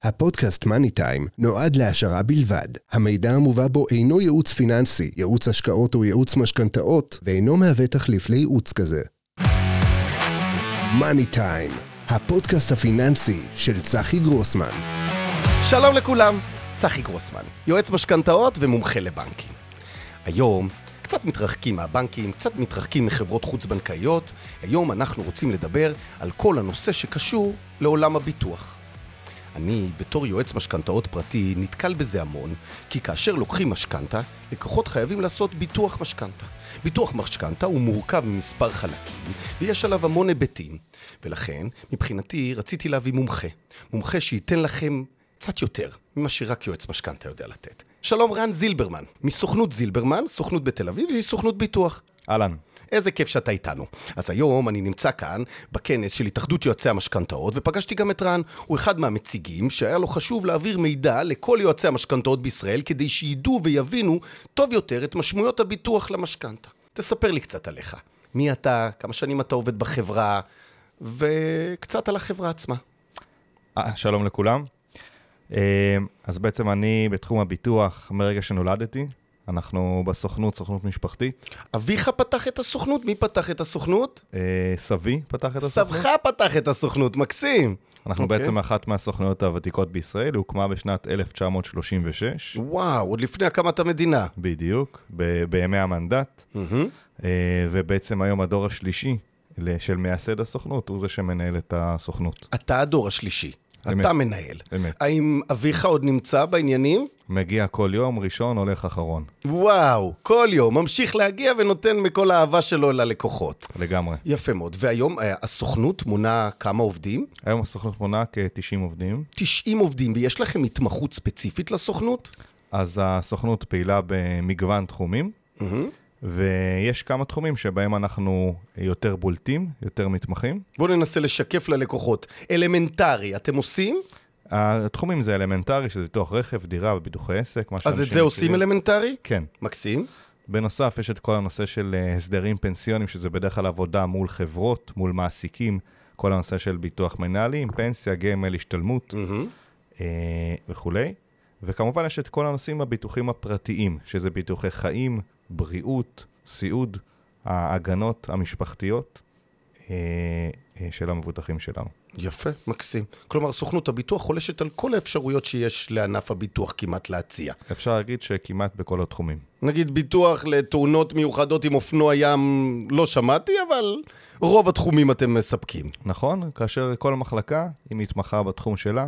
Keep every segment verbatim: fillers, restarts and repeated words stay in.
הפודקאסט מאני טיים נועד להשערה בלבד. המידע המובא בו אינו ייעוץ פיננסי, ייעוץ השקעות או ייעוץ משכנתאות, ואינו מהווה תחליף לייעוץ כזה. מאני טיים, הפודקאסט הפיננסי של צחי גרוסמן. שלום לכולם, צחי גרוסמן, יועץ משכנתאות ומומחה לבנקים. היום קצת מתרחקים מהבנקים, קצת מתרחקים מחברות חוץ-בנקאיות. היום אנחנו רוצים לדבר על כל הנושא שקשור לעולם הביטוח. אני, בתור יועץ משכנתאות פרטי, נתקל בזה המון, כי כאשר לוקחים משכנתה, לקוחות חייבים לעשות ביטוח משכנתה. ביטוח משכנתה הוא מורכב ממספר חלקים, ויש עליו המון היבטים. ולכן, מבחינתי, רציתי להביא מומחה. מומחה שייתן לכם קצת יותר ממה שרק יועץ משכנתה יודע לתת. שלום, רן זילברמן, מסוכנות זילברמן, סוכנות בתל אביב, והיא סוכנות ביטוח. אהלן. איזה כיף שאתה איתנו. אז היום אני נמצא כאן בכנס של התאחדות יועצי המשכנתאות, ופגשתי גם את רן. הוא אחד מהמציגים שהיה לו חשוב להעביר מידע לכל יועצי המשכנתאות בישראל, כדי שידעו ויבינו טוב יותר את משמעויות הביטוח למשכנתה. תספר לי קצת עליך. מי אתה, כמה שנים אתה עובד בחברה, וקצת על החברה עצמה. שלום לכולם. אז בעצם אני בתחום הביטוח מרגע שנולדתי. אנחנו בסוכנות, סוכנות משפחתית. אביך פתח את הסוכנות? מי פתח את הסוכנות? סבי פתח את הסוכנות. סבך פתח את הסוכנות, מקסים. אנחנו בעצם אחת מהסוכנויות הוותיקות בישראל, היא הוקמה בשנת אלף תשע מאות שלושים ושש. וואו, עוד לפני הקמת המדינה. בדיוק, בימי המנדט. ובעצם היום הדור השלישי של מייסד הסוכנות, הוא זה שמנהל את הסוכנות. אתה הדור השלישי. אתה מנהל. אמת. האם אביך עוד נמצא בעניינים? מגיע כל יום, ראשון, הולך אחרון. וואו, כל יום, ממשיך להגיע ונותן מכל האהבה שלו ללקוחות. לגמרי. יפה מאוד. והיום הסוכנות מונה כמה עובדים? היום הסוכנות מונה כ-תשעים עובדים. תשעים עובדים, ויש לכם התמחות ספציפית לסוכנות? אז הסוכנות פעילה במגוון תחומים. Mm-hmm. ויש כמה תחומים שבהם אנחנו יותר בולטים, יותר מתמחים. בואו ננסה לשקף ללקוחות. אלמנטרי, אתם עושים? התחומים זה אלמנטרי, שזה ביטוח רכב, דירה וביטוחי עסק. אז את זה עושים אלמנטרי? כן. מקסים. בנוסף, יש את כל הנושא של הסדרים פנסיונים, שזה בדרך כלל עבודה מול חברות, מול מעסיקים, כל הנושא של ביטוח מנהלים, פנסיה, גמל, השתלמות mm-hmm. וכו'. וכמובן יש את כל הנושאים הביטוחים הפרטיים, שזה ביטוחי חיים, בריאות, סיעוד, ההגנות המשפחתיות אה, אה, של המבוטחים שלנו. יפה, מקסים. כלומר, סוכנות הביטוח חולשת על כל האפשרויות שיש לענף הביטוח כמעט להציע. אפשר להגיד שכמעט בכל התחומים. נגיד ביטוח לתאונות מיוחדות עם אופנוע ים לא שמעתי, אבל רוב התחומים אתם מספקים. נכון, כאשר כל המחלקה היא מתמחה בתחום שלה,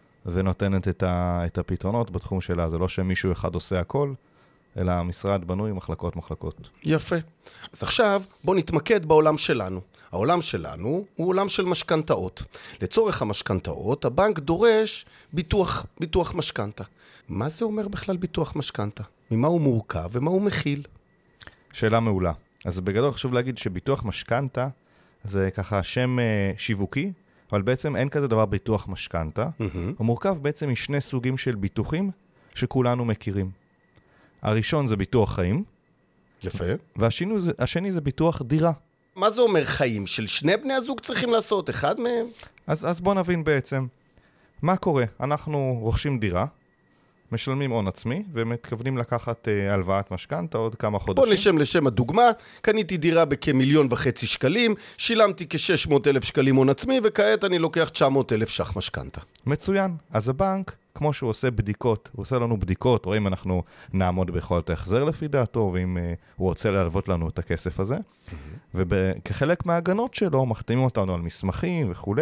ונותנת את, ה, את הפתרונות בתחום שלה. זה לא שמישהו אחד עושה הכל, אלא המשרד בנוי מחלקות מחלקות. יפה. אז עכשיו בוא נתמקד בעולם שלנו. העולם שלנו הוא עולם של משכנתאות. לצורך המשכנתאות, הבנק דורש ביטוח, ביטוח משכנתה. מה זה אומר בכלל ביטוח משכנתה? ממה הוא מורכב ומה הוא מכיל? שאלה מעולה. אז בגדול חשוב להגיד שביטוח משכנתה זה ככה שם שיווקי, אבל בעצם אין כזה דבר ביטוח משכנתה. Mm-hmm. הוא מורכב בעצם משני סוגים של ביטוחים שכולנו מכירים. הראשון זה ביטוח חיים. יפה. והשני זה ביטוח דירה. מה זה אומר חיים? של שני בני הזוג צריכים לעשות, אחד מהם? אז, אז בוא נבין בעצם. מה קורה? אנחנו רוכשים דירה, משלמים הון עצמי, ומתכוונים לקחת אה, הלוואת משכנתה עוד כמה חודשים. בוא לשם לשם הדוגמה, קניתי דירה בכמיליון וחצי שקלים, שילמתי כ-שש מאות אלף שקלים הון עצמי, וכעת אני לוקח תשע מאות אלף שח משכנתה. מצוין. אז הבנק, כמו שהוא עושה בדיקות, הוא עושה לנו בדיקות, רואים אנחנו נעמוד ביכולת ההחזר לפי דעתו, ואם uh, הוא רוצה להלוות לנו את הכסף הזה. Mm-hmm. וכחלק מההגנות שלו, מחתימים אותנו על מסמכים וכו'.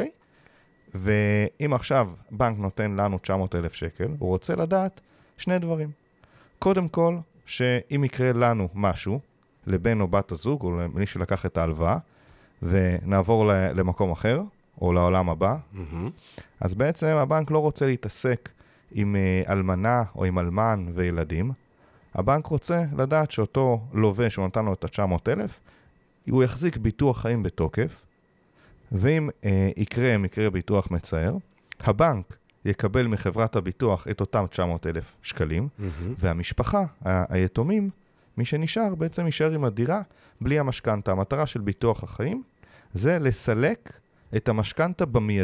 ואם עכשיו בנק נותן לנו תשע מאות אלף שקל, הוא רוצה לדעת שני דברים. קודם כל, שאם יקרה לנו משהו, לבן או בת הזוג, או למי שלקח את ההלוואה, ונעבור למקום אחר, או לעולם הבא, mm-hmm. אז בעצם הבנק לא רוצה להתעסק עם uh, אלמנה או עם אלמן וילדים. הבנק רוצה לדעת שאותו לווה שהוא נתן לו את ה-תשע מאות אלף, הוא יחזיק ביטוח חיים בתוקף, ואם uh, יקרה מקרה ביטוח מצער, הבנק יקבל מחברת הביטוח את אותם תשע מאות אלף שקלים, mm-hmm. והמשפחה, ה- היתומים, מי שנשאר בעצם יישאר עם הדירה בלי המשכנתה. המטרה של ביטוח החיים זה לסלק את המשכנתה במיידי.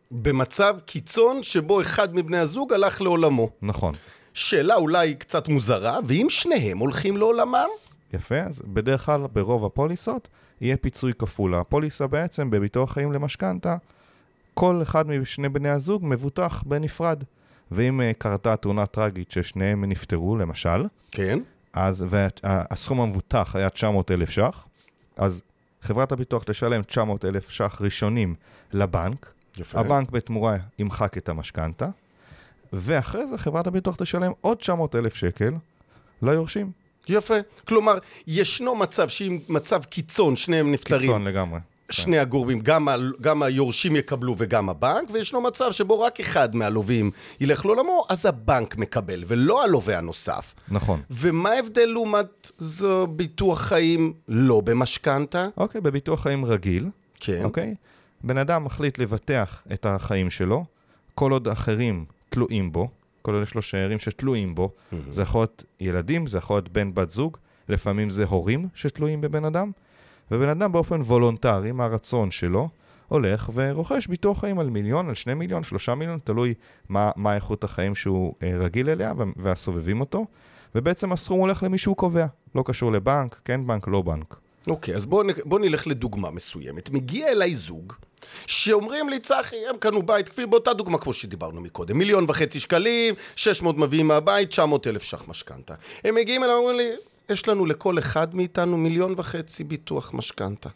במצב קיצון שבו אחד מבני הזוג הלך לעולמו. נכון. שאלה אולי קצת מוזרה, ואם שניהם הולכים לעולמם? יפה, אז בדרך כלל ברוב הפוליסות יהיה פיצוי כפול. הפוליסה בעצם בביטוח חיים למשכנתה, כל אחד משני בני הזוג מבוטח בנפרד. ואם uh, קרתה תאונה טרגית ששניהם נפטרו, למשל, כן. אז והסכום המבוטח היה תשע מאות אלף ש"ח, אז חברת הביטוח תשלם תשע מאות אלף ש"ח ראשונים לבנק, יפה. הבנק בתמורה ימחק את המשכנתה, ואחרי זה חברת הביטוח תשלם עוד תשע מאות אלף שקל ליורשים. יפה. כלומר, ישנו מצב שאם מצב קיצון, שניהם נפטרים. קיצון לגמרי. שני הגורמים, גם, ה, גם היורשים יקבלו וגם הבנק, וישנו מצב שבו רק אחד מהלווים ילך לעולמו, אז הבנק מקבל, ולא הלווה הנוסף. נכון. ומה ההבדל לעומת זו ביטוח חיים לא במשכנתה? אוקיי, בביטוח חיים רגיל, כן. אוקיי? בן אדם מחליט לבטח את החיים שלו, כל עוד אחרים תלויים בו, כל עוד יש לו שאירים שתלויים בו, mm-hmm. זה יכול להיות ילדים, זה יכול להיות בן בת זוג, לפעמים זה הורים שתלויים בבן אדם, ובן אדם באופן וולונטרי, מהרצון שלו, הולך ורוכש ביטוח חיים על מיליון, על שני מיליון, שלושה מיליון, תלוי מה, מה איכות החיים שהוא אה, רגיל אליה והסובבים אותו, ובעצם הסכום הולך למי שהוא קובע, לא קשור לבנק, כן בנק, לא בנק. אוקיי, אז בואו בוא נלך לדוגמה מסוימת. מגיע אליי זוג, שאומרים לי, צחי, הם קנו בית, כפי באותה דוגמה כמו שדיברנו מקודם, מיליון וחצי שקלים, שש מאות מביאים מהבית, תשע מאות אלף ש"ח משכנתה. הם מגיעים אליי, אומרים לי, יש לנו לכל אחד מאיתנו מיליון וחצי ביטוח משכנתה.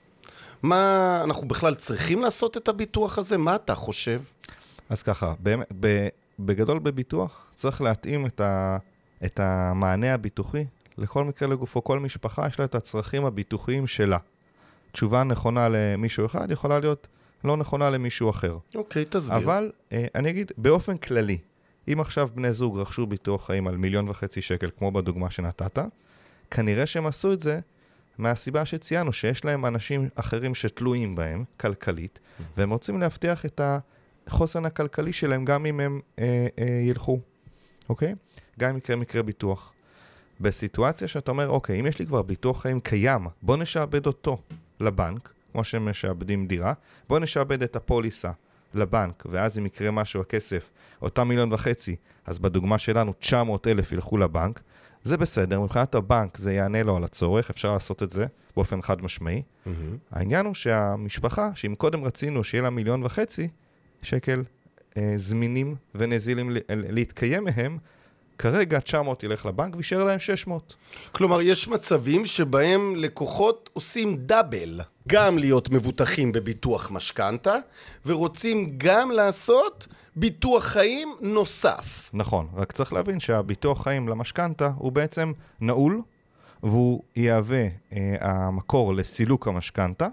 מה, אנחנו בכלל צריכים לעשות את הביטוח הזה? מה אתה חושב? אז ככה, בגדול בביטוח צריך להתאים את, ה, את המענה הביטוחי. לכל מקרה לגופו, כל משפחה יש לה את הצרכים הביטוחיים שלה. תשובה נכונה למישהו אחד יכולה להיות לא נכונה למישהו אחר. אוקיי, תסביר. אבל אני אגיד, באופן כללי, אם עכשיו בני זוג רכשו ביטוח חיים על מיליון וחצי שקל, כמו בדוגמה שנתת, כנראה שהם עשו את זה מהסיבה שציינו, שיש להם אנשים אחרים שתלויים בהם, כלכלית, והם רוצים להבטיח את החוסן הכלכלי שלהם, גם אם הם אה, אה, ילכו, אוקיי? גם אם יקרה מקרה ביטוח. בסיטואציה שאתה אומר, אוקיי, אם יש לי כבר ביטוח חיים קיים, בוא נשעבד אותו לבנק, כמו שהם משעבדים דירה, בוא נשעבד את הפוליסה לבנק, ואז אם יקרה משהו, הכסף, אותה מיליון וחצי, אז בדוגמה שלנו, תשע מאות אלף ילכו לבנק, זה בסדר, מבחינת הבנק זה יענה לו על הצורך, אפשר לעשות את זה באופן חד משמעי. Mm-hmm. העניין הוא שהמשפחה, שאם קודם רצינו שיהיה לה מיליון וחצי שקל אה, זמינים ונזילים ל- להתקיים מהם, כרגע תשע מאות ילך לבנק וישאר להם שש מאות. כלומר, יש מצבים שבהם לקוחות עושים דאבל, גם להיות מבוטחים בביטוח משכנתה, ורוצים גם לעשות ביטוח חיים נוסף. נכון, רק צריך להבין שהביטוח חיים למשכנתה הוא בעצם נעול, והוא יהווה אה, המקור לסילוק המשכנתה,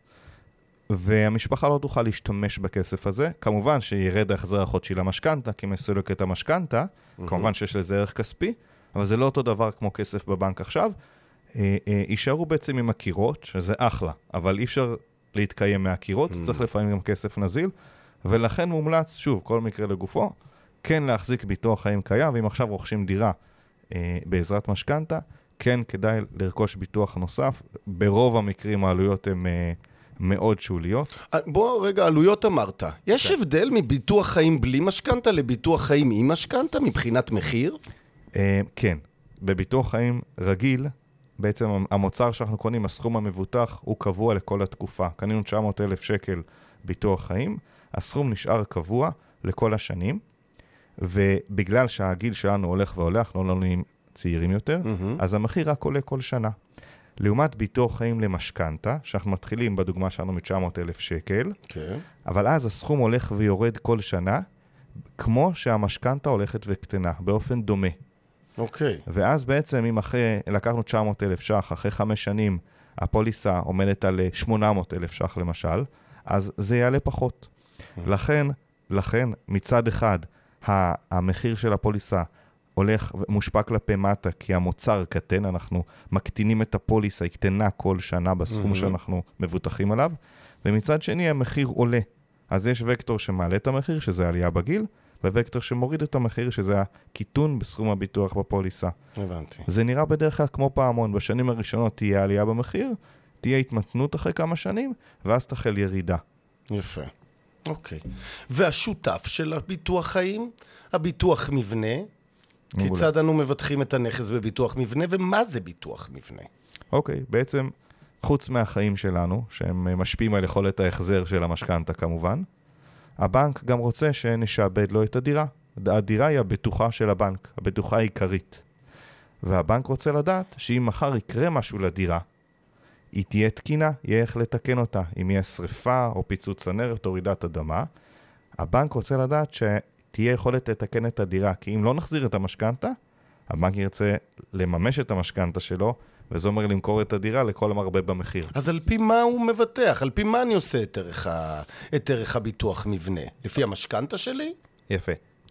והמשפחה לא תוכל להשתמש בכסף הזה. כמובן שירד ההחזר החודשי למשכנתה, כי מסולק את המשכנתה, mm-hmm. כמובן שיש לזה ערך כספי, אבל זה לא אותו דבר כמו כסף בבנק עכשיו. אה, אה, יישארו בעצם עם הקירות, שזה אחלה, אבל אי אפשר להתקיים מהקירות, mm-hmm. צריך לפעמים גם כסף נזיל, ולכן מומלץ, שוב, כל מקרה לגופו, כן להחזיק ביטוח חיים קיים, ואם עכשיו רוכשים דירה אה, בעזרת משכנתה, כן כדאי לרכוש ביטוח נוסף. ברוב המקרים העלויות הן אה, מאוד שוליות. בוא רגע, עלויות אמרת. יש כן. הבדל מביטוח חיים בלי משכנתה לביטוח חיים עם משכנתה מבחינת מחיר? אה, כן. בביטוח חיים רגיל, בעצם המוצר שאנחנו קונים, הסכום המבוטח, הוא קבוע לכל התקופה. קנינו תשע מאות אלף שקל ביטוח חיים, הסכום נשאר קבוע לכל השנים, ובגלל שהגיל שלנו הולך והולך, לא נהיים צעירים יותר, mm-hmm. אז המחיר רק עולה כל שנה. לעומת ביטוח חיים למשכנתה, שאנחנו מתחילים בדוגמה שלנו מ-תשע מאות אלף שקל, okay. אבל אז הסכום הולך ויורד כל שנה, כמו שהמשכנתה הולכת וקטנה, באופן דומה. אוקיי. Okay. ואז בעצם אם אחרי, לקחנו תשע מאות אלף ש"ח, אחרי חמש שנים, הפוליסה עומדת על שמונה מאות אלף ש"ח למשל, אז זה יעלה פחות. לכן, לכן, מצד אחד, המחיר של הפוליסה הולך מושפע כלפי מטה, כי המוצר קטן, אנחנו מקטינים את הפוליסה, היא קטנה כל שנה בסכום שאנחנו מבוטחים עליו, ומצד שני, המחיר עולה. אז יש וקטור שמעלה את המחיר, שזה עלייה בגיל, ווקטור שמוריד את המחיר, שזה הקיטון בסכום הביטוח בפוליסה. הבנתי. זה נראה בדרך כלל כמו פעמון, בשנים הראשונות תהיה עלייה במחיר, תהיה התמתנות אחרי כמה שנים, ואז תחל ירידה. יפה. אוקיי. והשותף של הביטוח חיים, הביטוח מבנה, כיצד אנו מבטחים את הנכס בביטוח מבנה, ומה זה ביטוח מבנה? אוקיי, בעצם חוץ מהחיים שלנו, שהם משפיעים על יכולת ההחזר של המשכנתא כמובן, הבנק גם רוצה שנשעבד לו את הדירה. הדירה היא הבטוחה של הבנק, הבטוחה העיקרית. והבנק רוצה לדעת שאם מחר יקרה משהו לדירה, היא תהיה תקינה, יהיה איך לתקן אותה. אם יהיה שריפה או פיצוץ צנרת או רעידת אדמה, הבנק רוצה לדעת שתהיה יכולת לתקן את הדירה, כי אם לא נחזיר את המשכנתא, הבנק ירצה לממש את המשכנתא שלו, וזה אומר למכור את הדירה לכל המרבה במחיר. אז על פי מה הוא מבטח? על פי מה אני עושה את ערך, ה... את ערך הביטוח מבנה? לפי המשכנתא שלי? יפה.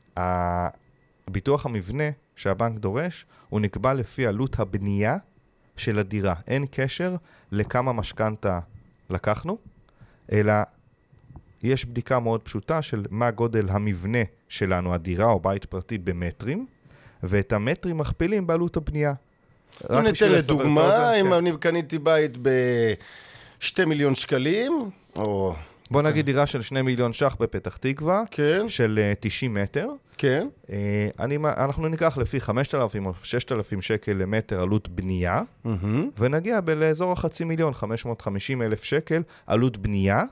הביטוח המבנה שהבנק דורש, הוא נקבע לפי עלות הבנייה של הדירה. אין קשר לכמה משכנתא לקחנו, אלא יש בדיקה מאוד פשוטה של מה גודל המבנה שלנו, הדירה או בית פרטי במטרים, ואת המטרים מכפילים בעלות הבנייה. אם ניתן לדוגמה, אם אני קניתי בית בשתי מיליון שקלים, או... בוא נגיד דירה של שני מיליון שח בפתח תקווה, כן. של תשעים מטר. כן. אני, אנחנו ניקח לפי חמשת אלפים או ששת אלפים שקל למטר עלות בנייה, mm-hmm. ונגיע לאזור החצי מיליון, חמש מאות וחמישים אלף שקל עלות בנייה,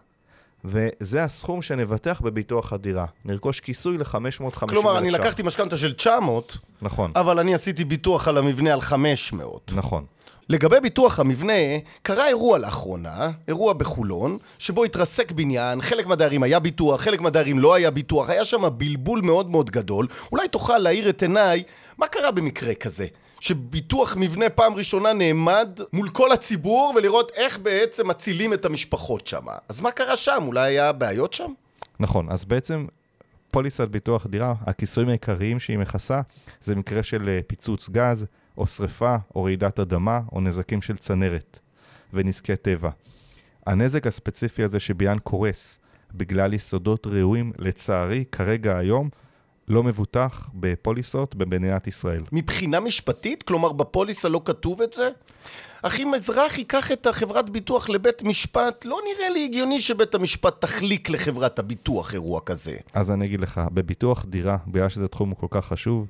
וזה הסכום שנבטח בביטוח הדירה. נרכוש כיסוי ל-חמש מאות וחמישים אלף שח. כלומר, אני לקחתי משכנתא של תשע מאות, נכון. אבל אני עשיתי ביטוח על המבנה על חמש מאות. נכון. לגבי ביטוח המבנה, קרה אירוע לאחרונה, אירוע בחולון, שבו התרסק בניין, חלק מהדיירים היה ביטוח, חלק מהדיירים לא היה ביטוח, היה שם בלבול מאוד מאוד גדול. אולי תוכל להאיר את עיניי, מה קרה במקרה כזה? שביטוח מבנה פעם ראשונה נעמד מול כל הציבור, ולראות איך בעצם מצילים את המשפחות שם. אז מה קרה שם? אולי היה בעיות שם? נכון, אז בעצם פוליסת ביטוח דירה, הכיסויים העיקריים שהיא מכסה, זה מקרה של פיצוץ גז, או שריפה, או רעידת אדמה, או נזקים של צנרת ונזקי טבע. הנזק הספציפי הזה שבניין קורס בגלל יסודות ראויים, לצערי, כרגע היום, לא מבוטח בפוליסות במדינת ישראל. מבחינה משפטית? כלומר, בפוליסה לא כתוב את זה? אך אם אזרח ייקח את החברת ביטוח לבית משפט, לא נראה לי הגיוני שבית המשפט תחליק לחברת הביטוח אירוע כזה. אז אני אגיד לך, בביטוח דירה, בגלל שזה תחום כל כך חשוב,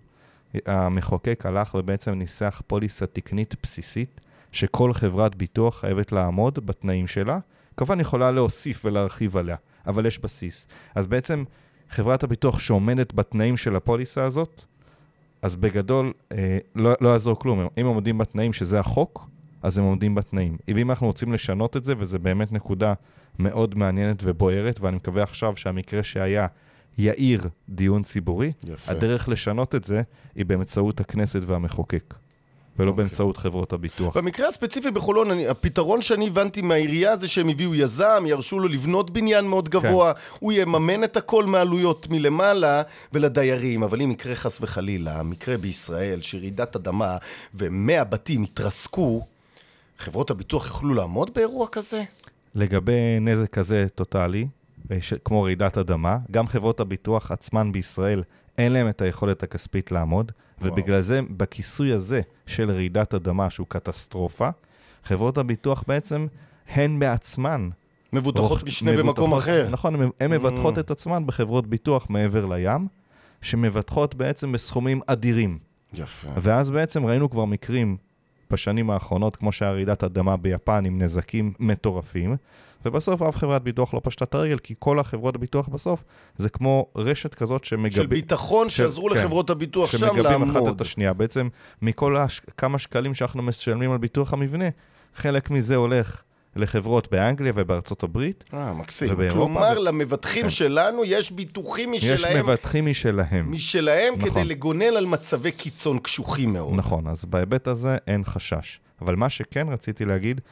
המחוקק הלך ובעצם ניסח פוליסה תקנית בסיסית, שכל חברת ביטוח חייבת לעמוד בתנאים שלה, כמובן יכולה להוסיף ולהרחיב עליה, אבל יש בסיס. אז בעצם חברת הביטוח שעומדת בתנאים של הפוליסה הזאת, אז בגדול אה, לא, לא יעזור כלום. אם הם עומדים בתנאים שזה החוק, אז הם עומדים בתנאים. ואם אנחנו רוצים לשנות את זה, וזה באמת נקודה מאוד מעניינת ובוערת, ואני מקווה עכשיו שהמקרה שהיה יאיר דיון ציבורי, יפה. הדרך לשנות את זה היא באמצעות הכנסת והמחוקק, ולא okay. באמצעות חברות הביטוח. במקרה הספציפי בחולון, אני, הפתרון שאני הבנתי מהעירייה זה שהם הביאו יזם, ירשו לו לבנות בניין מאוד גבוה, כן. הוא יממן את הכל מעלויות מלמעלה ולדיירים, אבל אם יקרה חס וחלילה, מקרה בישראל שרעידת אדמה ומאה בתים התרסקו, חברות הביטוח יוכלו לעמוד באירוע כזה? לגבי נזק כזה טוטלי, כמו רעידת אדמה, גם חברות הביטוח עצמן בישראל אין להם את היכולת הכספית לעמוד, וואו. ובגלל זה בכיסוי הזה של רעידת אדמה שהוא קטסטרופה, חברות הביטוח בעצם הן בעצמן מבוטחות משנה במקום אחר. נכון, הן מבטחות את עצמן בחברות ביטוח מעבר לים, שמבטחות בעצם בסכומים אדירים. יפה. ואז בעצם ראינו כבר מקרים בשנים האחרונות, כמו שהיה רעידת אדמה ביפן עם נזקים מטורפים, ובסוף אף חברת ביטוח לא פשטה את הרגל, כי כל החברות הביטוח בסוף זה כמו רשת כזאת שמגבים... של ביטחון שעזרו כן, לחברות הביטוח שם לעמוד. שמגבים אחת את השנייה. בעצם מכל הש... כמה שקלים שאנחנו משלמים על ביטוח המבנה, חלק מזה הולך לחברות באנגליה ובארצות הברית. אה, מקסים. כלומר, ו... למבטחים כן. שלנו יש ביטוחים משלהם. יש מבטחים משלהם. משלהם נכון. כדי לגונן על מצבי קיצון קשוחים מאוד. נכון, אז בהיבט הזה אין חשש. אבל מה שכן רציתי להגיד,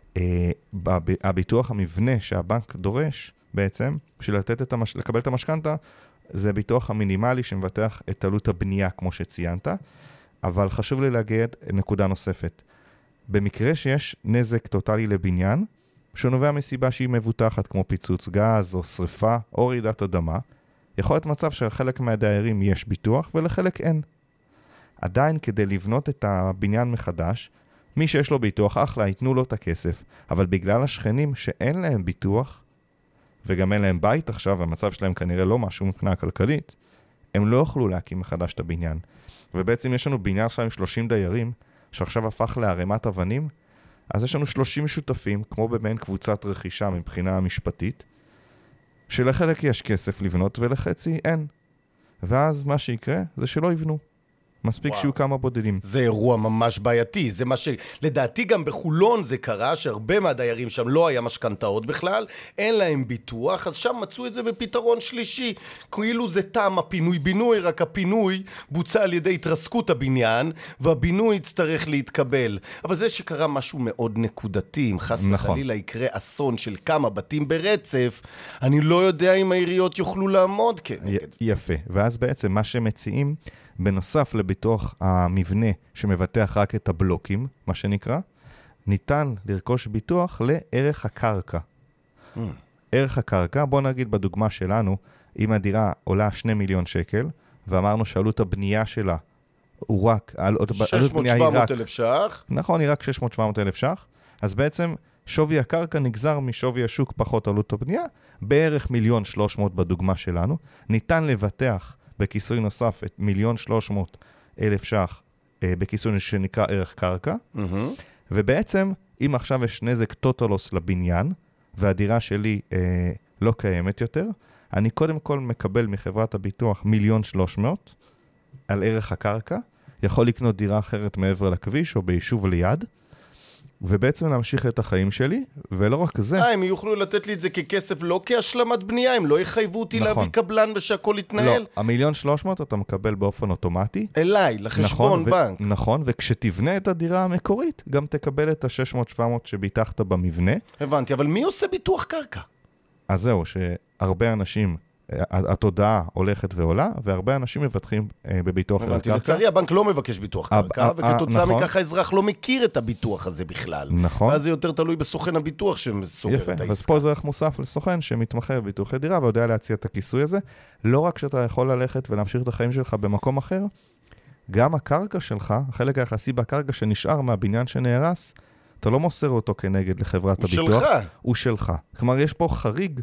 הביטוח המבנה שהבנק דורש בעצם, בשביל לתת את המש... לקבל את המשכנתא, זה ביטוח המינימלי שמבטח את עלות הבנייה, כמו שציינת, אבל חשוב לי להגיד נקודה נוספת. במקרה שיש נזק טוטלי לבניין, שנובע מסיבה שהיא מבוטחת, כמו פיצוץ גז או שריפה או רעידת אדמה, יכול להיות מצב שלחלק מהדיירים יש ביטוח ולחלק אין. עדיין כדי לבנות את הבניין מחדש, מי שיש לו ביטוח, אחלה, ייתנו לו את הכסף, אבל בגלל השכנים שאין להם ביטוח, וגם אין להם בית עכשיו, המצב שלהם כנראה לא משהו מבחינה כלכלית, הם לא יוכלו להקים מחדש את הבניין. ובעצם יש לנו בניין עכשיו עם שלושים דיירים, שעכשיו הפך להרמת אבנים, אז יש לנו שלושים שותפים, כמו במעין קבוצת רכישה מבחינה משפטית, שלחלק יש כסף לבנות ולחצי אין. ואז מה שיקרה זה שלא יבנו. מספיק וואו. שיהיו כמה בודדים. זה אירוע ממש בעייתי, זה מה שלדעתי גם בחולון זה קרה, שהרבה מהדיירים שם לא היה משכנתאות בכלל, אין להם ביטוח, אז שם מצאו את זה בפתרון שלישי, כאילו זה תם הפינוי-בינוי, רק הפינוי בוצע על ידי התרסקות הבניין, והבינוי יצטרך להתקבל. אבל זה שקרה משהו מאוד נקודתי, אם חס נכון. וחלילה יקרה אסון של כמה בתים ברצף, אני לא יודע אם העיריות יוכלו לעמוד כנגד. יפה, ואז בעצם מה שמציעים, בנוסף לביטוח המבנה שמבטח רק את הבלוקים, מה שנקרא, ניתן לרכוש ביטוח לערך הקרקע. Mm. ערך הקרקע, בוא נגיד בדוגמה שלנו, אם הדירה עולה שני מיליון שקל, ואמרנו שעלות הבנייה שלה הוא רק, שש מאות שבע מאות אלף שח. נכון, היא רק שש מאות שבע מאות אלף שח, אז בעצם שווי הקרקע נגזר משווי השוק פחות עלות הבנייה, בערך מיליון שלוש מאות בדוגמה שלנו, ניתן לבטח בכיסוי נוסף את מיליון שלוש מאות אלף שח אה, בכיסוי שנקרא ערך קרקע, mm-hmm. ובעצם אם עכשיו יש נזק טוטלוס לבניין, והדירה שלי אה, לא קיימת יותר, אני קודם כל מקבל מחברת הביטוח מיליון שלוש מאות על ערך הקרקע, יכול לקנות דירה אחרת מעבר לכביש או ביישוב ליד, ובעצם להמשיך את החיים שלי, ולא רק זה. אה, הם יוכלו לתת לי את זה ככסף, לא כהשלמת בנייה, הם לא יחייבו אותי נכון. להביא קבלן ושהכל יתנהל. לא, המיליון שלוש מאות אתה מקבל באופן אוטומטי. אליי, לחשבון נכון, בנק. ו- נכון, וכשתבנה את הדירה המקורית, גם תקבל את ה-שש מאות שבע מאות שביטחת במבנה. הבנתי, אבל מי עושה ביטוח קרקע? אז זהו, שהרבה אנשים, התודעה הולכת ועולה, והרבה אנשים מבטחים אה, בביטוח ערך קרקע. לצערי, הבנק לא מבקש ביטוח קרקע, וכתוצאה נכון. מכך האזרח לא מכיר את הביטוח הזה בכלל. נכון. ואז זה יותר תלוי בסוכן הביטוח שמסוגר את העסקה. יפה, אז פה זה ערך מוסף לסוכן שמתמחה בביטוחי דירה, ויודע להציע את הכיסוי הזה. לא רק שאתה יכול ללכת ולהמשיך את החיים שלך במקום אחר, גם הקרקע שלך, החלק היחסי בקרקע שנשאר מהבניין שנהרס, אתה לא מוסר אותו כנגד לחברת הביטוח. הוא שלך. הוא שלך. כלומר, יש פה חריג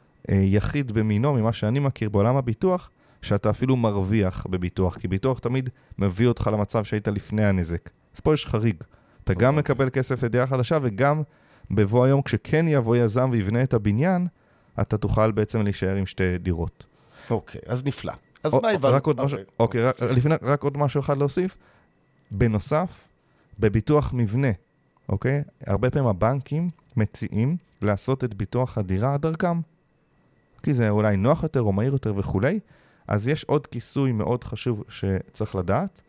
יחיד במינו, ממה שאני מכיר בעולם הביטוח, שאתה אפילו מרוויח בביטוח, כי ביטוח תמיד מביא אותך למצב שהיית לפני הנזק. אז פה יש חריג. אתה גם מקבל כסף לדירה חדשה, וגם בבוא היום, כשכן יבוא יזם ויבנה את הבניין, אתה תוכל בעצם להישאר עם שתי דירות. אוקיי, אז נפלא. אז מה הבנת? רק עוד משהו, אוקיי, לפני, רק עוד משהו אחד להוסיף. בנוסף, בביטוח מבנה, אוקיי? הרבה פעמים הבנקים מציעים לעשות את ביטוח הדירה דרכם. כי זה אולי נוח יותר או מהיר יותר וכולי, אז יש עוד כיסוי מאוד חשוב שצריך לדעת.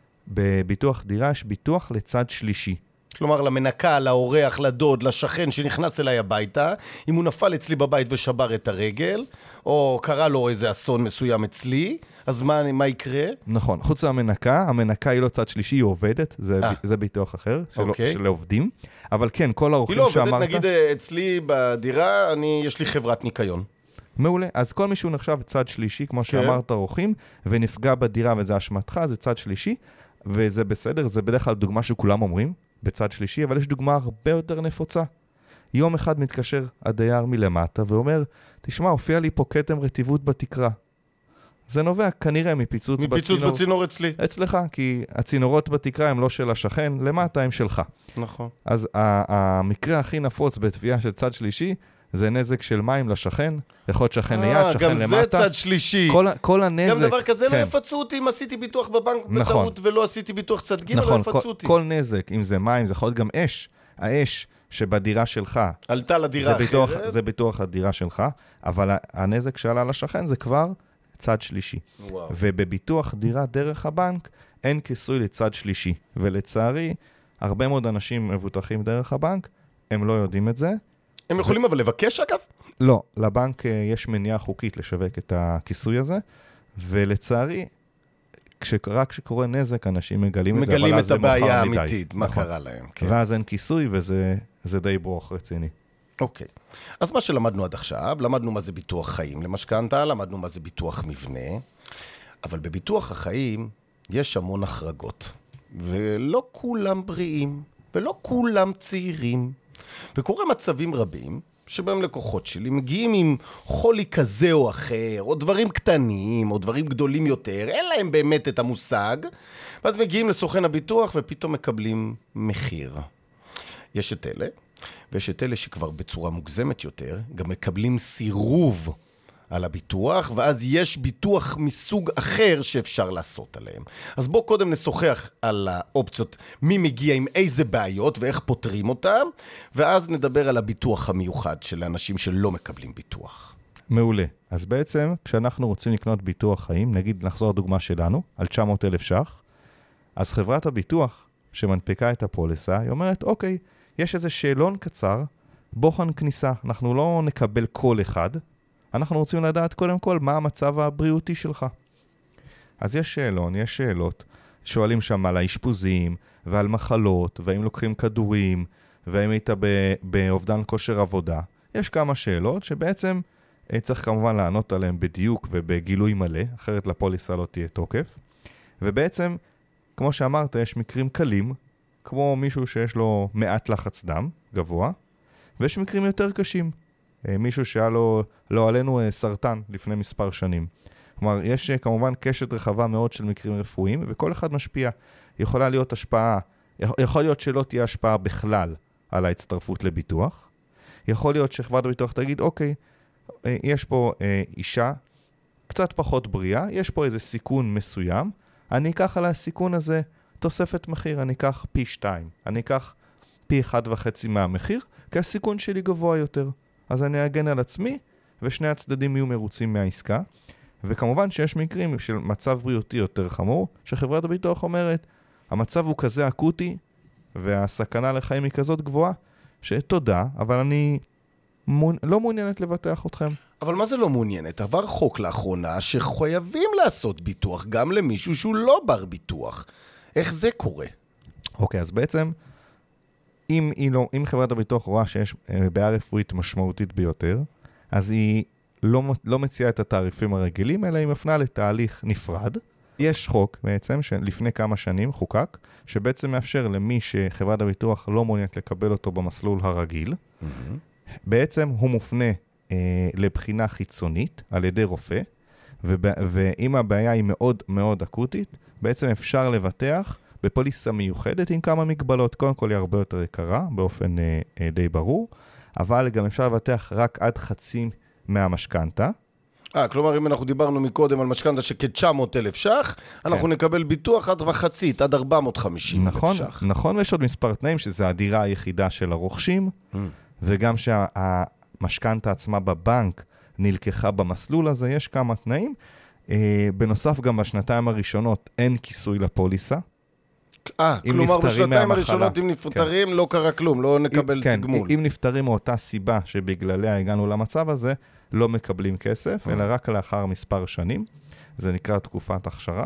בביטוח דירה יש ביטוח לצד שלישי. כלומר, למנקה, לאורח, לדוד, לשכן שנכנס אליי הביתה, אם הוא נפל אצלי בבית ושבר את הרגל, או קרה לו איזה אסון מסוים אצלי, אז מה, מה יקרה? נכון, חוץ מהמנקה, המנקה היא לא צד שלישי, היא עובדת, זה, זה ביטוח אחר, של, אוקיי. של עובדים, אבל כן, כל האורחים היא לא שאמרת... עובדת, נגיד אצלי בדירה, אני, יש לי חברת ניקיון. מעולה, אז כל מישהו נחשב צד שלישי, כמו שאמרת אורחים, ונפגע בדירה וזה אשמתך, זה צד שלישי, וזה בסדר, זה בדרך כלל דוגמה שכולם אומרים, בצד שלישי, אבל יש דוגמה הרבה יותר נפוצה. יום אחד מתקשר הדייר מלמטה ואומר, תשמע, הופיע לי פה כתם רטיבות בתקרה. זה נובע כנראה מפיצוץ בצינור. מפיצוץ בצינור אצלי. אצלך, כי הצינורות בתקרה הם לא של השכן, למטה הם שלך. נכון. אז המקרה הכי נפוץ בתביעה של צד שלישי, זה נזק של מים לשכן, יכול להיות שכן ליד, שכן למטה. גם זה צד שלישי. כל, כל הנזק. גם דבר כזה כן. לא יפצו אותי אם עשיתי ביטוח בבנק נכון. בטעות ולא עשיתי ביטוח צד ג' נכון, לא יפצו כל, אותי. כל נזק, אם זה מים, זה יכול להיות גם אש. האש שבדירה שלך. עלתה לדירה זה ביטוח, אחרת. זה ביטוח הדירה שלך, אבל הנזק שעלה לשכן זה כבר צד שלישי. וואו. ובביטוח דירה דרך הבנק אין כיסוי לצד שלישי. ולצערי, הרבה מאוד אנשים מבוטחים דרך הבנק, הם לא יודעים את זה. הם יכולים ו... אבל לבקש אגב? לא, לבנק יש מניעה חוקית לשווק את הכיסוי הזה, ולצערי, כש... רק כשקורה נזק, אנשים מגלים, מגלים את זה, אבל אז זה מאוחר מדי. מגלים את הבעיה האמיתית, מה נכון. קרה להם. כן. ואז אין כיסוי, וזה זה די ברוך רציני. אוקיי. אז מה שלמדנו עד עכשיו, למדנו מה זה ביטוח חיים למשכנתה, למדנו מה זה ביטוח מבנה, אבל בביטוח החיים יש המון החרגות, ולא כולם בריאים, ולא כולם צעירים, וקורה מצבים רבים, שבהם לקוחות שלי מגיעים עם חולי כזה או אחר, או דברים קטנים, או דברים גדולים יותר, אין להם באמת את המושג, ואז מגיעים לסוכן הביטוח ופתאום מקבלים מחיר. יש את אלה, ויש את אלה שכבר בצורה מוגזמת יותר, גם מקבלים סירוב על הביטוח, ואז יש ביטוח מסוג אחר שאפשר לעשות עליהם. אז בואו קודם נשוחח על האופציות, מי מגיע עם איזה בעיות ואיך פותרים אותם, ואז נדבר על הביטוח המיוחד של האנשים שלא מקבלים ביטוח. מעולה. אז בעצם, כשאנחנו רוצים לקנות ביטוח חיים, נגיד נחזור לדוגמה שלנו, על תשע מאות אלף ש"ח, אז חברת הביטוח שמנפיקה את הפוליסה, היא אומרת, אוקיי, יש איזה שאלון קצר, בוחן כניסה, אנחנו לא נקבל כל אחד, אנחנו רוצים לדעת קודם כל מה המצב הבריאותי שלך. אז יש שאלון, יש שאלות, שואלים שם על האשפוזים ועל מחלות, והאם לוקחים כדורים, והאם היית באובדן כושר עבודה. יש כמה שאלות שבעצם צריך כמובן לענות עליהן בדיוק ובגילוי מלא, אחרת לפוליסה לא תהיה תוקף. ובעצם, כמו שאמרת, יש מקרים קלים, כמו מישהו שיש לו מעט לחץ דם גבוה, ויש מקרים יותר קשים. מישהו שהיה לו, לא עלינו, סרטן לפני מספר שנים. כלומר, יש כמובן קשת רחבה מאוד של מקרים רפואיים, וכל אחד משפיע. יכולה להיות השפעה, יכול להיות שלא תהיה השפעה בכלל על ההצטרפות לביטוח. יכול להיות שחברת הביטוח תגיד, אוקיי, יש פה אישה קצת פחות בריאה, יש פה איזה סיכון מסוים, אני אקח על הסיכון הזה תוספת מחיר, אני אקח פי שתיים, אני אקח פי אחד וחצי מהמחיר, כי הסיכון שלי גבוה יותר. אז אני אגן על עצמי, ושני הצדדים יהיו מרוצים מהעסקה. וכמובן שיש מקרים של מצב בריאותי יותר חמור, שחברת הביטוח אומרת, המצב הוא כזה אקוטי, והסכנה לחיים היא כזאת גבוהה, שתודה, אבל אני מונ... לא מעוניינת לבטח אתכם. אבל מה זה לא מעוניינת? עבר חוק לאחרונה שחייבים לעשות ביטוח גם למישהו שהוא לא בר ביטוח. איך זה קורה? אוקיי, אז בעצם, אם, לא, אם חברת הביטוח רואה שיש בעיה רפואית משמעותית ביותר, אז היא לא, לא מציעה את התעריפים הרגילים, אלא היא מפנה לתהליך נפרד. יש חוק בעצם, שלפני כמה שנים חוקק, שבעצם מאפשר למי שחברת הביטוח לא מעוניינת לקבל אותו במסלול הרגיל, mm-hmm. בעצם הוא מופנה אה, לבחינה חיצונית על ידי רופא, וב, ואם הבעיה היא מאוד מאוד אקוטית, בעצם אפשר לבטח בפוליסה מיוחדת עם כמה מגבלות. קודם כל היא הרבה יותר יקרה, באופן אה, אה, די ברור, אבל גם אפשר לבטח רק עד חצי מהמשכנתה. אה, כלומר, אם אנחנו דיברנו מקודם על משכנתה שכ-תשע מאות אלף ש"ח, אנחנו כן. נקבל ביטוח עד מחצית, עד ארבע מאות וחמישים אלף נכון, ש"ח. נכון, ויש עוד מספר תנאים, שזה הדירה היחידה של הרוכשים, mm. וגם שהמשכנתה עצמה בבנק נלקחה במסלול הזה, יש כמה תנאים. אה, בנוסף, גם בשנתיים הראשונות אין כיסוי לפוליסה. אה, כלומר בשנתיים הראשונות אם נפטרים כן. לא קרה כלום, לא נקבל אם, תגמול. כן, אם נפטרים מאותה סיבה שבגלליה הגענו למצב הזה, לא מקבלים כסף, אלא רק לאחר מספר שנים. זה נקרא תקופת הכשרה.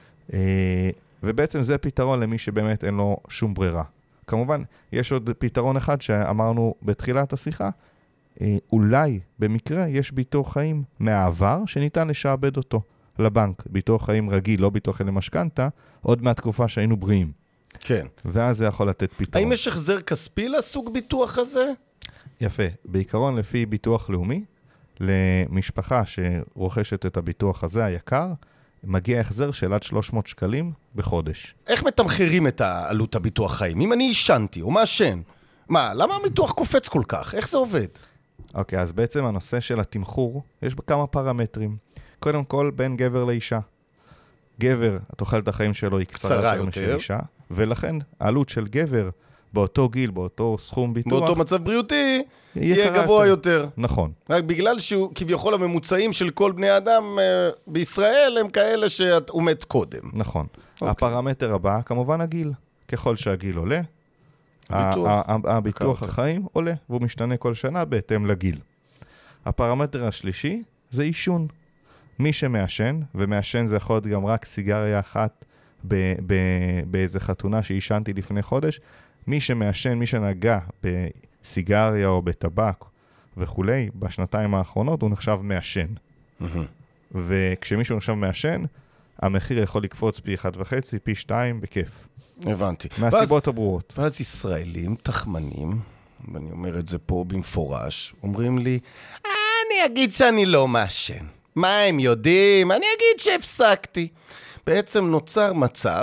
ובעצם זה פתרון למי שבאמת אין לו שום ברירה. כמובן, יש עוד פתרון אחד שאמרנו בתחילת השיחה, אולי במקרה יש ביטוח חיים מהעבר שניתן לשעבד אותו לבנק. ביטוח חיים רגיל, לא ביטוח חיים למשכנתה, עוד מהתקופה שהיינו בריאים. כן. ואז זה יכול לתת פתרון. האם יש החזר כספי לסוג ביטוח הזה? יפה. בעיקרון לפי ביטוח לאומי, למשפחה שרוכשת את הביטוח הזה היקר, מגיע החזר של עד שלוש מאות שקלים בחודש. איך מתמחרים את העלות הביטוח חיים? אם אני ישנתי או מעשן, מה, למה הביטוח קופץ כל כך? איך זה עובד? אוקיי, אז בעצם הנושא של התמחור, יש בכמה פרמטרים. קודם כל, בין גבר לאישה. גבר, תוחלת החיים שלו היא קצרה יותר, יותר משל אישה, ולכן העלות של גבר באותו גיל, באותו סכום ביטוח, באותו מצב בריאותי, יהיה גבוה יותר. יותר. נכון. רק בגלל שהוא כביכול הממוצעים של כל בני אדם אה, בישראל הם כאלה שהוא מת קודם. נכון. Okay. הפרמטר הבא, כמובן הגיל. ככל שהגיל עולה, הביטוח, הביטוח החיים עולה, והוא משתנה כל שנה בהתאם לגיל. הפרמטר השלישי זה עישון. מי שמעשן, ומעשן זה יכול להיות גם רק סיגריה אחת ב- ב- באיזה חתונה שעישנתי לפני חודש, מי שמעשן, מי שנגע בסיגריה או בטבק וכולי, בשנתיים האחרונות הוא נחשב מעשן. Mm-hmm. וכשמישהו נחשב מעשן, המחיר יכול לקפוץ פי אחד וחצי, פי שתיים, בכיף. הבנתי. מהסיבות ואז, הברורות. ואז ישראלים, תחמנים, ואני אומר את זה פה במפורש, אומרים לי, אני אגיד שאני לא מעשן. מה הם יודעים? אני אגיד שהפסקתי. בעצם נוצר מצב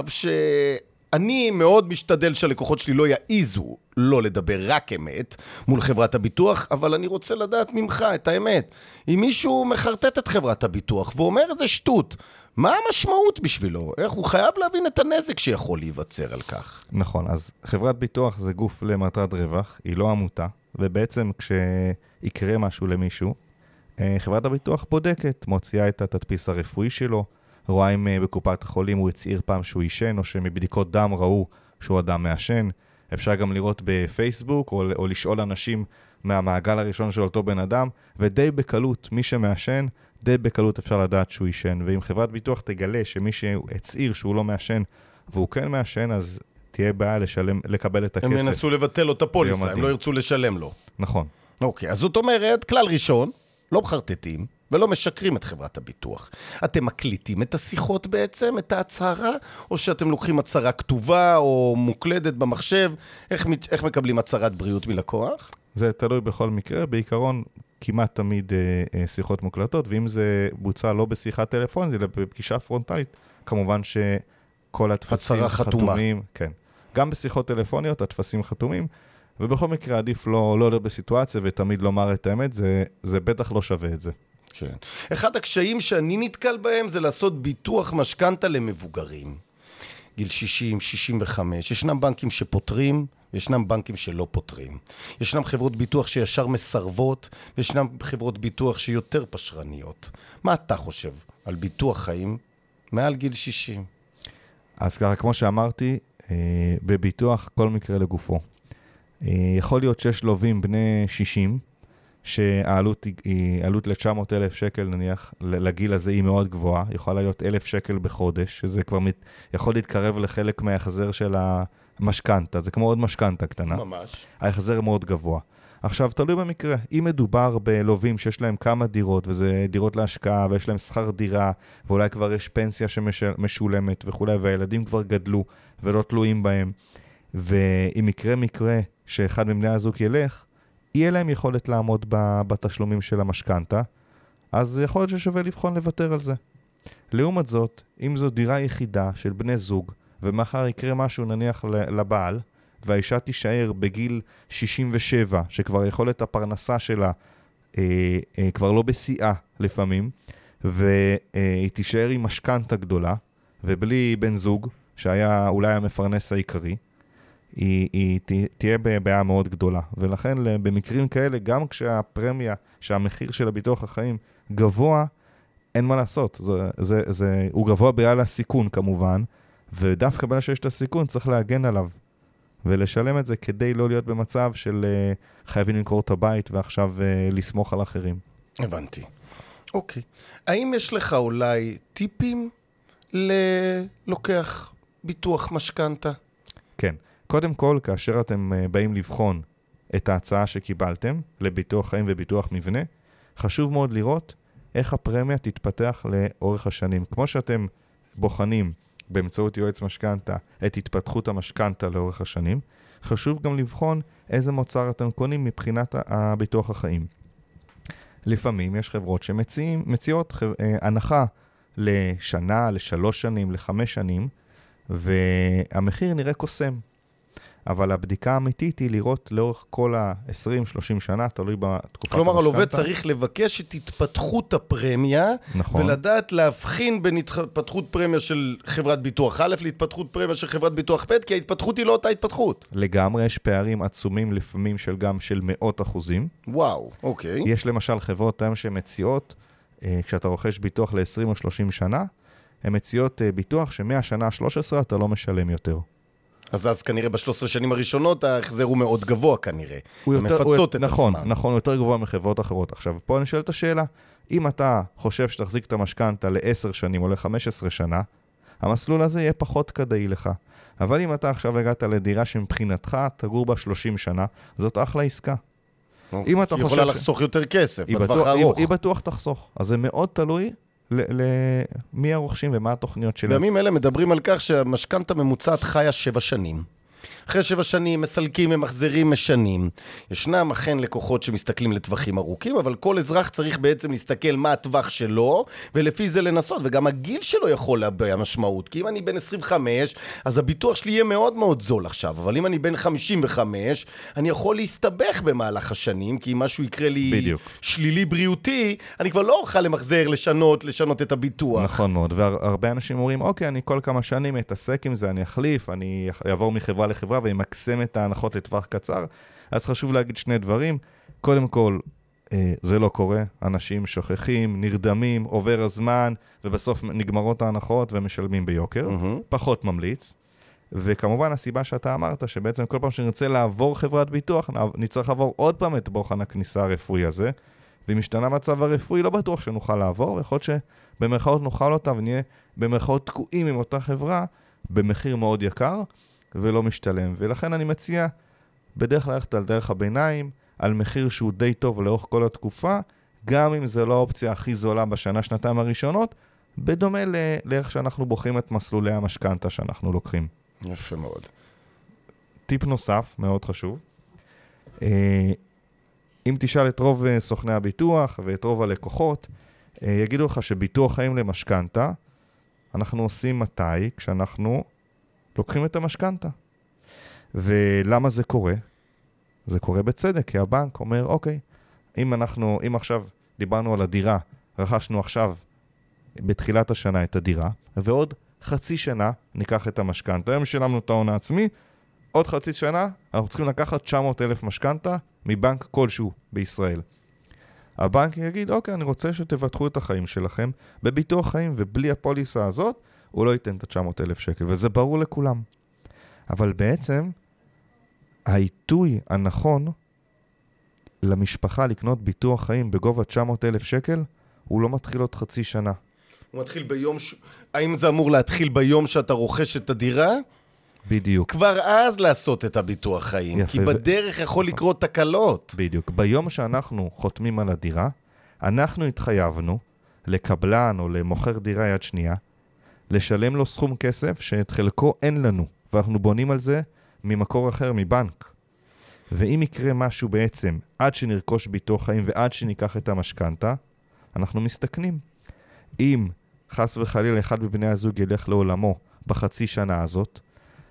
שאני מאוד משתדל שהלקוחות שלי לא יעיזו לא לדבר רק אמת מול חברת הביטוח, אבל אני רוצה לדעת ממך את האמת. אם מישהו מחרטט את חברת הביטוח ואומר איזה שטות, מה המשמעות בשבילו? איך הוא חייב להבין את הנזק שיכול להיווצר על כך? נכון, אז חברת ביטוח זה גוף למטרת רווח, היא לא עמותה, ובעצם כשיקרה משהו למישהו, חברת הביטוח בודקת, מוציאה את התדפיס הרפואי שלו, רואה אם בקופת החולים הוא הצעיר פעם שהוא ישן, או שמבדיקות דם ראו שהוא אדם מעשן. אפשר גם לראות בפייסבוק, או, או לשאול אנשים מהמעגל הראשון של אותו בן אדם, ודי בקלות, מי שמעשן, די בקלות אפשר לדעת שהוא ישן. ואם חברת ביטוח תגלה שמי שהצעיר שהוא לא מעשן, והוא כן מעשן, אז תהיה בעיה לשלם, לקבל את הכסף. הם ינסו לבטל לו את הפוליסה, הם לא ירצו לשלם לו. נכון. אוקיי, אז זאת אומרת, כלל ראשון, לא מחרטטים ולא משקרים את חברת הביטוח. אתם מקליטים את השיחות בעצם, את ההצהרה, או שאתם לוקחים הצהרה כתובה או מוקלדת במחשב? איך, איך מקבלים הצהרת בריאות מלקוח? זה תלוי בכל מקרה, בעיקרון כמעט תמיד אה, אה, שיחות מוקלטות, ואם זה בוצע לא בשיחה טלפונית, אלא בפגישה פרונטלית, כמובן שכל התפסים חתומים. כן. גם בשיחות טלפוניות התפסים חתומים, ובכל מקרה עדיף לא, לא להיות בסיטואציה ותמיד לומר את האמת, זה, זה בטח לא שווה את זה. כן. אחד הקשיים שאני נתקל בהם זה לעשות ביטוח משכנתה למבוגרים. גיל שישים, שישים וחמש. ישנם בנקים שפותרים, וישנם בנקים שלא פותרים. ישנם חברות ביטוח שישר מסרבות, וישנם חברות ביטוח שיותר פשרניות. מה אתה חושב על ביטוח חיים מעל גיל שישים? אז ככה, כמו שאמרתי, בביטוח כל מקרה לגופו. יכול להיות שיש לווים בני שישים, שהעלות היא עלות ל-תשע מאות אלף שקל נניח, לגיל הזה היא מאוד גבוהה, יכולה להיות אלף שקל בחודש, שזה כבר מת, יכול להתקרב לחלק מההחזר של המשכנתה, זה כמו עוד משכנתה קטנה. ממש. ההחזר מאוד גבוה. עכשיו, תלוי במקרה, אם מדובר בלווים שיש להם כמה דירות, וזה דירות להשקעה, ויש להם שכר דירה, ואולי כבר יש פנסיה שמשולמת וכו', והילדים כבר גדלו ולא תלויים בהם, ואם יקרה מקרה שאחד מבני הזוג ילך, יהיה להם יכולת לעמוד בתשלומים של המשכנתה, אז יכול להיות ששווה לבחון לוותר על זה. לעומת זאת, אם זו דירה יחידה של בני זוג, ומחר יקרה משהו נניח לבעל, והאישה תישאר בגיל שישים ושבע, שכבר יכולת הפרנסה שלה אה, אה, כבר לא בשיאה לפעמים, והיא תישאר עם משכנתה גדולה, ובלי בן זוג, שהיה אולי המפרנס העיקרי, היא, היא תהיה בבעיה מאוד גדולה. ולכן במקרים כאלה, גם כשהפרמיה, שהמחיר של הביטוח החיים גבוה, אין מה לעשות. זה, זה, זה, הוא גבוה בגלל הסיכון כמובן, ודווקא בין שיש את הסיכון צריך להגן עליו, ולשלם את זה כדי לא להיות במצב של uh, חייבים למכור את הבית ועכשיו uh, לסמוך על אחרים. הבנתי. אוקיי. האם יש לך אולי טיפים ללוקח ביטוח משכנתה? כן. קודם כל, כאשר אתם uh, באים לבחון את ההצעה שקיבלתם לביטוח חיים וביטוח מבנה, חשוב מאוד לראות איך הפרמיה תתפתח לאורך השנים. כמו שאתם בוחנים באמצעות יועץ משכנתה את התפתחות המשכנתה לאורך השנים, חשוב גם לבחון איזה מוצר אתם קונים מבחינת הביטוח החיים. לפעמים יש חברות שמציעות הנחה לשנה, לשלוש שנים, לחמש שנים, והמחיר נראה קוסם. אבל הבדיקה האמיתית היא לראות לאורך כל ה-עשרים שלושים שנה, תלוי בתקופת המשכנתה. כלומר, הלווה צריך לבקש את התפתחות הפרמיה, נכון. ולדעת להבחין בין התפתחות פרמיה של חברת ביטוח א' להתפתחות פרמיה של חברת ביטוח ב', כי ההתפתחות היא לא אותה התפתחות. לגמרי, יש פערים עצומים לפעמים של גם של מאות אחוזים. וואו, אוקיי. יש למשל חברות היום שמציעות, כשאתה רוכש ביטוח ל-עשרים או שלושים שנה, הן מציעות ביטוח שמהשנה ה-שלוש עשרה אתה לא משלם יותר. אז אז כנראה ב-שלוש עשרה שנים הראשונות ההחזר הוא מאוד גבוה כנראה. הוא יותר, מפצות הוא, את נכון, עצמם. נכון, יותר גבוה מחברות אחרות. עכשיו, פה אני שואל את השאלה, אם אתה חושב שתחזיק את המשכנתה ל-עשר שנים או ל-חמש עשרה שנה, המסלול הזה יהיה פחות כדאי לך. אבל אם אתה עכשיו הגעת לדירה שמבחינתך תגור בה שלושים שנה, זאת אחלה עסקה. אם אתה חושב... היא יכולה לחסוך יותר כסף, בטווח הארוך. היא בטוח תחסוך. אז זה מאוד תלוי למי הרוכשים ומה התוכניות שלהם. בימים אלה מדברים על כך שהמשכנתה ממוצעת חיה שבע שנים. אחרי שבע שנים מסלקים ומחזרים משנים. ישנם אכן לקוחות שמסתכלים לטווחים ארוכים, אבל כל אזרח צריך בעצם להסתכל מה הטווח שלו, ולפי זה לנסות, וגם הגיל שלו יכול להביע משמעות, כי אם אני בן עשרים וחמש, אז הביטוח שלי יהיה מאוד מאוד זול עכשיו, אבל אם אני בן חמישים וחמש, אני יכול להסתבך במהלך השנים, כי אם משהו יקרה לי בדיוק. שלילי בריאותי, אני כבר לא אוכל למחזר, לשנות, לשנות את הביטוח. נכון מאוד, והרבה אנשים אומרים, אוקיי, אני כל כמה שנים מתעסק עם זה, אני אחליף, אני אעבור מחברה לחברה וימקסם את ההנחות לטווח קצר. אז חשוב להגיד שני דברים. קודם כל, זה לא קורה. אנשים שוכחים, נרדמים, עובר הזמן, ובסוף נגמרות ההנחות ומשלמים ביוקר. Mm-hmm. פחות ממליץ. וכמובן, הסיבה שאתה אמרת, שבעצם כל פעם שנרצה לעבור חברת ביטוח, נצטרך לעבור עוד פעם את בוחן הכניסה הרפואי הזה, ואם השתנה מצב הרפואי, לא בטוח שנוכל לעבור, ויכול להיות שבמרכאות נוכל אותה, ונהיה במרכאות תקועים עם אותה חברה, במחיר מאוד יקר, ולא משתלם. ולכן אני מציע, בדרך כלל ללכת על דרך הביניים, על מחיר שהוא די טוב לאורך כל התקופה, גם אם זה לא האופציה הכי זולה בשנה, שנתיים הראשונות, בדומה לאיך שאנחנו בוחרים את מסלולי המשכנתא שאנחנו לוקחים. יפה מאוד. טיפ נוסף, מאוד חשוב. אם תשאל את רוב סוכני הביטוח ואת רוב הלקוחות, יגידו לך שביטוח חיים למשכנתא, אנחנו עושים מתי? כשאנחנו לוקחים את המשכנתא. ולמה זה קורה? זה קורה בצדק, כי הבנק אומר, אוקיי, אם אנחנו, אם עכשיו דיברנו על הדירה, רכשנו עכשיו בתחילת השנה את הדירה, ועוד חצי שנה ניקח את המשכנתא. היום שילמנו את ההון העצמי, עוד חצי שנה אנחנו צריכים לקחת תשע מאות אלף משכנתא מבנק כלשהו בישראל. הבנק יגיד, אוקיי, אני רוצה שתבטחו את החיים שלכם בביטוח חיים, ובלי הפוליסה הזאת, הוא לא ייתן את תשע מאות אלף שקל, וזה ברור לכולם. אבל בעצם, העיתוי הנכון למשפחה לקנות ביטוח חיים בגובה תשע מאות אלף שקל, הוא לא מתחיל עוד חצי שנה. הוא מתחיל ביום, ש... האם זה אמור להתחיל ביום שאתה רוכש את הדירה? בדיוק. כבר אז לעשות את הביטוח חיים, יפה, כי בדרך יכול לקרות תקלות. בדיוק. ביום שאנחנו חותמים על הדירה, אנחנו התחייבנו לקבלן או למוכר דירה יד שנייה, לשלם לו סכום כסף שאת חלקו אין לנו, ואנחנו בונים על זה ממקור אחר, מבנק. ואם יקרה משהו בעצם, עד שנרכוש ביטוח חיים ועד שניקח את המשכנתא, אנחנו מסתכנים. אם חס וחלילה אחד מבני הזוג ילך לעולמו בחצי שנה הזאת,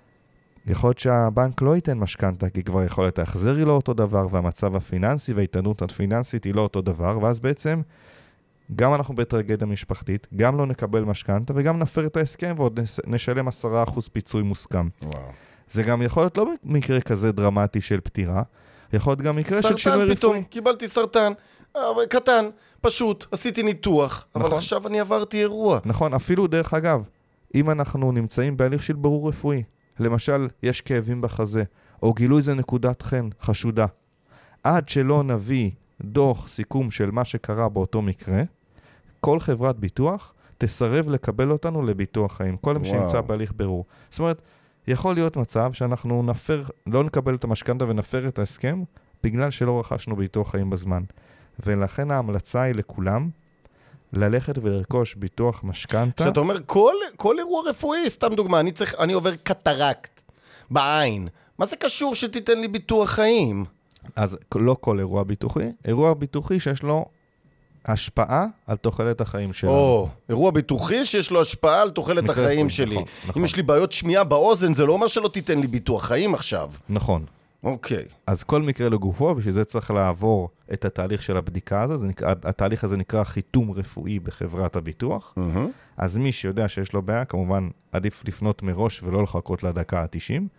יכול להיות שהבנק לא ייתן משכנתא, כי כבר יכול להיות ההחזר היא לא אותו דבר, והמצב הפיננסי וההתענות הפיננסית היא לא אותו דבר, ואז בעצם גם אנחנו בטרגדיה משפחתית, גם לא נקבל משכנתא, וגם נפר את ההסכם ועוד נשלם עשרה אחוז פיצוי מוסכם. וואו. זה גם יכול להיות לא מקרה כזה דרמטי של פטירה, יכול להיות גם מקרה של שינוי רפואי. סרטן פתאום, קיבלתי סרטן, קטן, פשוט, עשיתי ניתוח, נכון. אבל עכשיו אני עברתי אירוע. נכון, אפילו דרך אגב, אם אנחנו נמצאים בהליך של ברור רפואי, למשל, יש כאבים בחזה, או גילוי זה נקודת חן חשודה. עד שלא נביא דוח סיכום של מה שקרה באותו מקרה, כל חברת ביטוח תסרב לקבל אותנו לביטוח חיים, כל מי שנמצא בהליך ברור. זאת אומרת, יכול להיות מצב שאנחנו נפר, לא נקבל את המשכנתא ונפר את ההסכם, בגלל שלא רכשנו ביטוח חיים בזמן. ולכן ההמלצה היא לכולם, ללכת ולרכוש ביטוח משכנתא. כשאתה אומר, כל, כל אירוע רפואי, סתם דוגמה, אני צריך, אני עובר קטרקט בעין. מה זה קשור שתיתן לי ביטוח חיים? אז לא כל אירוע ביטוחי, אירוע ביטוחי שיש לו השפעה על תוחלת החיים שלנו. או, אירוע ביטוחי שיש לו השפעה על תוחלת החיים שלי. נכון, נכון. אם יש לי בעיות שמיעה באוזן, זה לא אומר שלא תיתן לי ביטוח חיים עכשיו. נכון. אוקיי. אז כל מקרה לגופו, בשביל זה צריך לעבור את התהליך של הבדיקה הזה, זה נקרא, התהליך הזה נקרא חיתום רפואי בחברת הביטוח. Mm-hmm. אז מי שיודע שיש לו בעיה, כמובן עדיף לפנות מראש ולא לחכות לדקה ה-תשעים,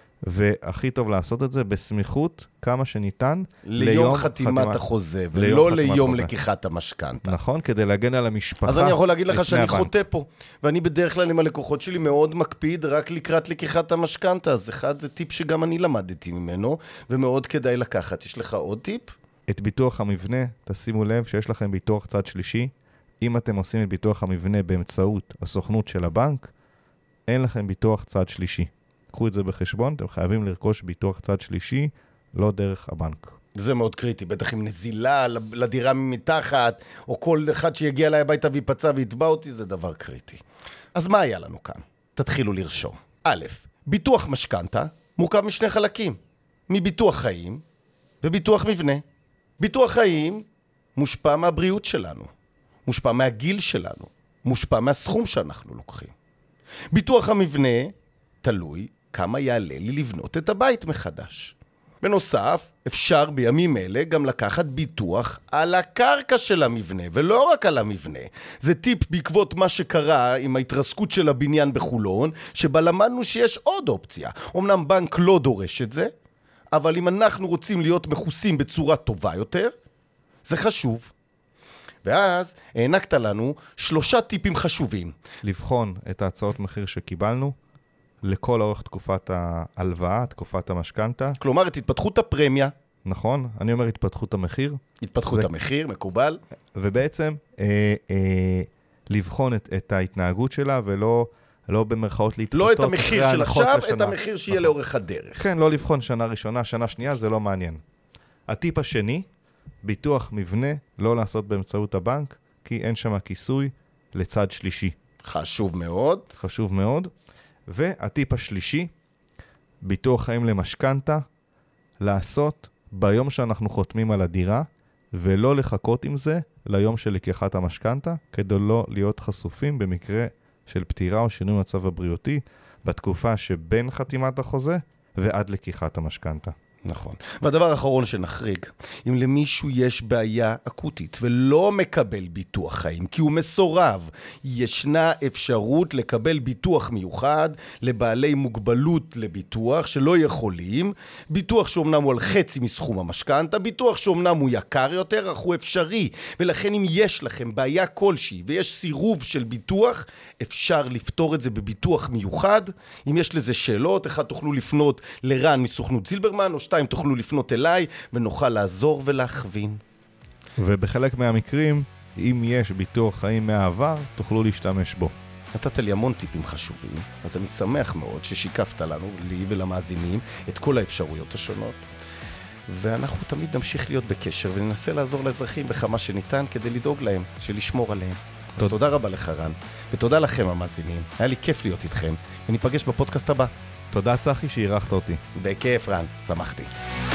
והכי טוב לעשות את זה בסמיכות כמה שניתן ליום, ליום חתימת חתימה, החוזה, ולא ליום חוזה. לקיחת המשכנתא. נכון, כדי להגן על המשפחה. אז אני יכול להגיד לך שאני הבנק. חוטא פה, ואני בדרך כלל עם הלקוחות שלי מאוד מקפיד רק לקראת לקיחת המשכנתא. אז אחד זה טיפ שגם אני למדתי ממנו, ומאוד כדאי לקחת. יש לך עוד טיפ? את ביטוח המבנה, תשימו לב שיש לכם ביטוח צד שלישי. אם אתם עושים את ביטוח המבנה באמצעות הסוכנות של הבנק, אין לכם ביטוח צד שלישי. קחו את זה בחשבון, אתם חייבים לרכוש ביטוח צד שלישי, לא דרך הבנק. זה מאוד קריטי, בטח עם נזילה לדירה מתחת, או כל אחד שיגיע אליי הביתה ויפצע ויתבע אותי, זה דבר קריטי. אז מה היה לנו כאן? תתחילו לרשום. א', ביטוח משכנתא, מורכב משני חלקים, מביטוח חיים וביטוח מבנה. ביטוח חיים מושפע מהבריאות שלנו, מושפע מהגיל שלנו, מושפע מהסכום שאנחנו לוקחים. ביטוח המבנה תלוי כמה יעלה לי לבנות את הבית מחדש. בנוסף, אפשר בימים אלה גם לקחת ביטוח על הקרקע של המבנה, ולא רק על המבנה. זה טיפ בעקבות מה שקרה עם ההתרסקות של הבניין בחולון, שבה למדנו שיש עוד אופציה. אמנם בנק לא דורש את זה, אבל אם אנחנו רוצים להיות מכוסים בצורה טובה יותר, זה חשוב. ואז הענקת לנו שלושה טיפים חשובים. לבחון את ההצעות מחיר שקיבלנו, לכל אורך תקופת ההלוואה, תקופת המשכנתה. כלומר, את התפתחות הפרמיה. נכון, אני אומר התפתחות המחיר. התפתחות זה... המחיר, מקובל. ובעצם אה, אה, לבחון את, את ההתנהגות שלה, ולא לא במרכאות להתפתות. לא את המחיר של עכשיו, לשנה. את המחיר שיהיה נכון. לאורך הדרך. כן, לא לבחון שנה ראשונה, שנה שנייה, זה לא מעניין. הטיפ השני, ביטוח מבנה, לא לעשות באמצעות הבנק, כי אין שם כיסוי לצד שלישי. חשוב מאוד. חשוב מאוד. והטיפ השלישי, ביטוח חיים למשכנתה, לעשות ביום שאנחנו חותמים על הדירה, ולא לחכות עם זה ליום של לקיחת המשכנתה, כדי לא להיות חשופים במקרה של פטירה או שינוי מצב הבריאותי, בתקופה שבין חתימת החוזה ועד לקיחת המשכנתה. נכון. והדבר האחרון שנחריג, אם למישהו יש בעיה אקוטית ולא מקבל ביטוח חיים, כי הוא מסורב, ישנה אפשרות לקבל ביטוח מיוחד לבעלי מוגבלות לביטוח שלא יכולים, ביטוח שאומנם הוא על חצי מסכום המשכנתה, ביטוח שאומנם הוא יקר יותר, אך הוא אפשרי, ולכן אם יש לכם בעיה כלשהי ויש סירוב של ביטוח, אפשר לפתור את זה בביטוח מיוחד. אם יש לזה שאלות, אחד תוכלו לפנות לרן מסוכנות זילברמן, או שתיים תוכלו לפנות אליי, ונוכל לעזור ולהכווין. ובחלק מהמקרים, אם יש ביטוח חיים מהעבר, תוכלו להשתמש בו. נתת לי המון טיפים חשובים, אז אני שמח מאוד ששיקפת לנו, לי ולמאזינים, את כל האפשרויות השונות. ואנחנו תמיד נמשיך להיות בקשר, וננסה לעזור לאזרחים בכמה שניתן, כדי לדאוג להם, שלשמור עליהם. אז תודה. תודה רבה לך רן, ותודה לכם המאזינים. היה לי כיף להיות איתכם, וניפגש בפודקאסט הבא. תודה צחי שהירחת אותי. בכיף רן, שמחתי.